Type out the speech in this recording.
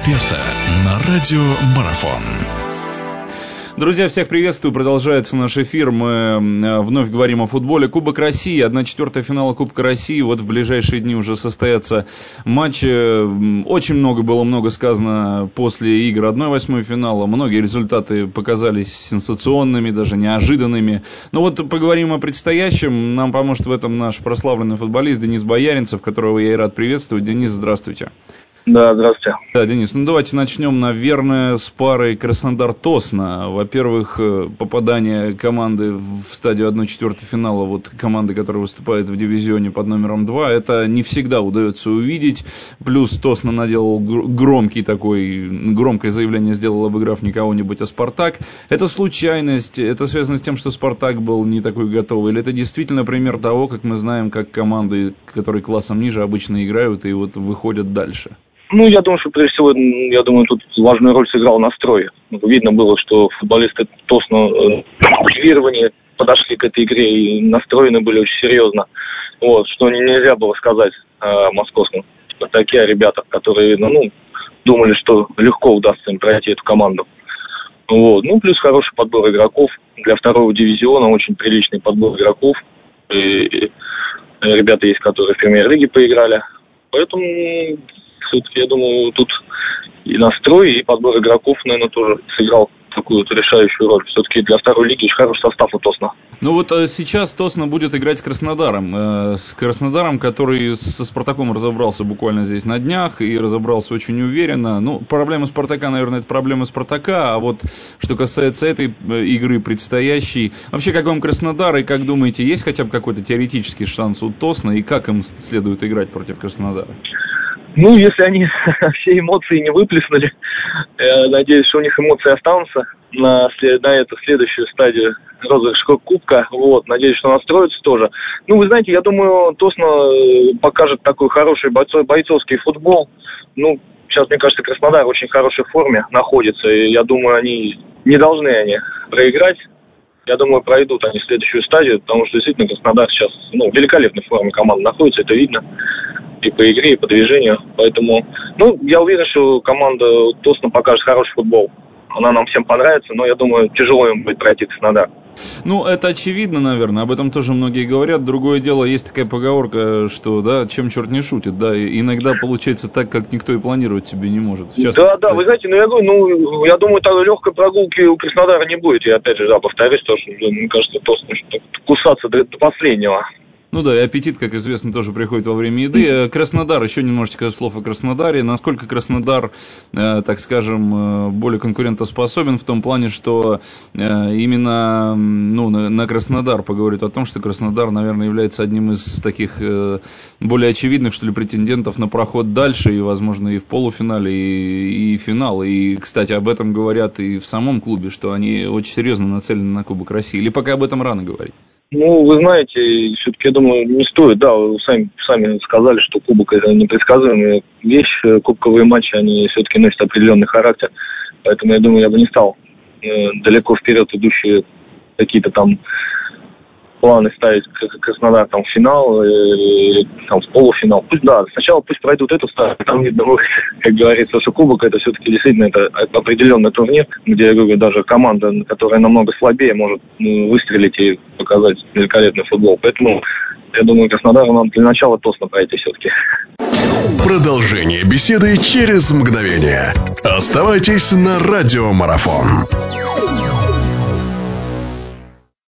эксперта на радио Марафон. Друзья, всех приветствую. Продолжается наш эфир. Мы вновь говорим о футболе. Кубок России, 1/4 финала Кубка России. Вот в ближайшие дни уже состоятся матчи. Очень много сказано после игр 1/8 финала. Многие результаты показались сенсационными, даже неожиданными. Но вот поговорим о предстоящем. Нам поможет в этом наш прославленный футболист Денис Бояринцев, которого я и рад приветствовать. Денис, здравствуйте. Да, здравствуйте. Да, Денис, давайте начнем, наверное, с пары Краснодар-Тосно. Во-первых, попадание команды в стадию 1/4 финала, вот команды, которая выступает в дивизионе под номером 2, это не всегда удается увидеть. Плюс Тосно наделал громкое заявление сделал, обыграв не кого-нибудь, а Спартак. Это случайность, это связано с тем, что Спартак был не такой готовый, или это действительно пример того, как мы знаем, как команды, которые классом ниже, обычно играют и вот выходят дальше? Я думаю, что прежде всего, тут важную роль сыграл настрой. Видно было, что футболисты Тосно мотивированы, подошли к этой игре и настроены были очень серьезно. Что нельзя было сказать о московском Спартаке, о ребятах, которые, думали, что легко удастся им пройти эту команду. Плюс хороший подбор игроков. Для второго дивизиона очень приличный подбор игроков. И ребята есть, которые в премьер-лиге поиграли. Поэтому... Все-таки, я думаю, тут и настрой, и подбор игроков, наверное, тоже сыграл такую решающую роль. Все-таки для второй лиги очень хороший состав у Тосно. Сейчас Тосно будет играть с Краснодаром. С Краснодаром, который со Спартаком разобрался буквально здесь на днях и разобрался очень уверенно. Проблема Спартака, наверное, это проблема Спартака. А вот что касается этой игры предстоящей, вообще, как вам Краснодар и как думаете, есть хотя бы какой-то теоретический шанс у Тосно и как им следует играть против Краснодара? Если они все эмоции не выплеснули, надеюсь, что у них эмоции останутся на эту следующую стадию розыгрыша Кубка. Надеюсь, что настроятся тоже. Вы знаете, я думаю, Тосно покажет такой хороший бойцовский футбол. Сейчас, мне кажется, Краснодар в очень хорошей форме находится. И я думаю, не должны проиграть. Я думаю, пройдут они в следующую стадию, потому что действительно Краснодар сейчас в великолепной форме команда находится, это видно. И по игре, и по движению. Поэтому, я уверен, что команда Тосно покажет хороший футбол. Она нам всем понравится, но я думаю, тяжело им будет пройти Краснодар. Это очевидно, наверное, об этом тоже многие говорят. Другое дело, есть такая поговорка, что, чем черт не шутит, иногда получается так, как никто и планировать себе не может. Да, вы знаете, я думаю, легкой прогулки у Краснодара не будет. Я опять же, повторюсь, потому что, мне кажется, Тосно кусаться до последнего. И аппетит, как известно, тоже приходит во время еды. Краснодар, еще немножечко слов о Краснодаре. Насколько Краснодар, так скажем, более конкурентоспособен в том плане, что именно на Краснодар поговорит о том, что Краснодар, наверное, является одним из таких более очевидных, что ли, претендентов на проход дальше, и, возможно, и в полуфинале, и финал. И, кстати, об этом говорят и в самом клубе, что они очень серьезно нацелены на Кубок России. Или пока об этом рано говорить? Вы знаете, все-таки, я думаю, не стоит. Да, вы сами сказали, что кубок – это непредсказуемая вещь. Кубковые матчи, они все-таки носят определенный характер. Поэтому, я думаю, я бы не стал далеко вперед идущие какие-то там планы ставить Краснодар в финал, в полуфинал. Сначала пусть пройдут эту стадию, там видно, как говорится, что кубок это все-таки действительно это определенный турнир, где, я говорю, даже команда, которая намного слабее, может выстрелить и показать великолепный футбол. Поэтому, я думаю, Краснодару нам для начала Тосно пройти все-таки. Продолжение беседы через мгновение. Оставайтесь на радио Марафон.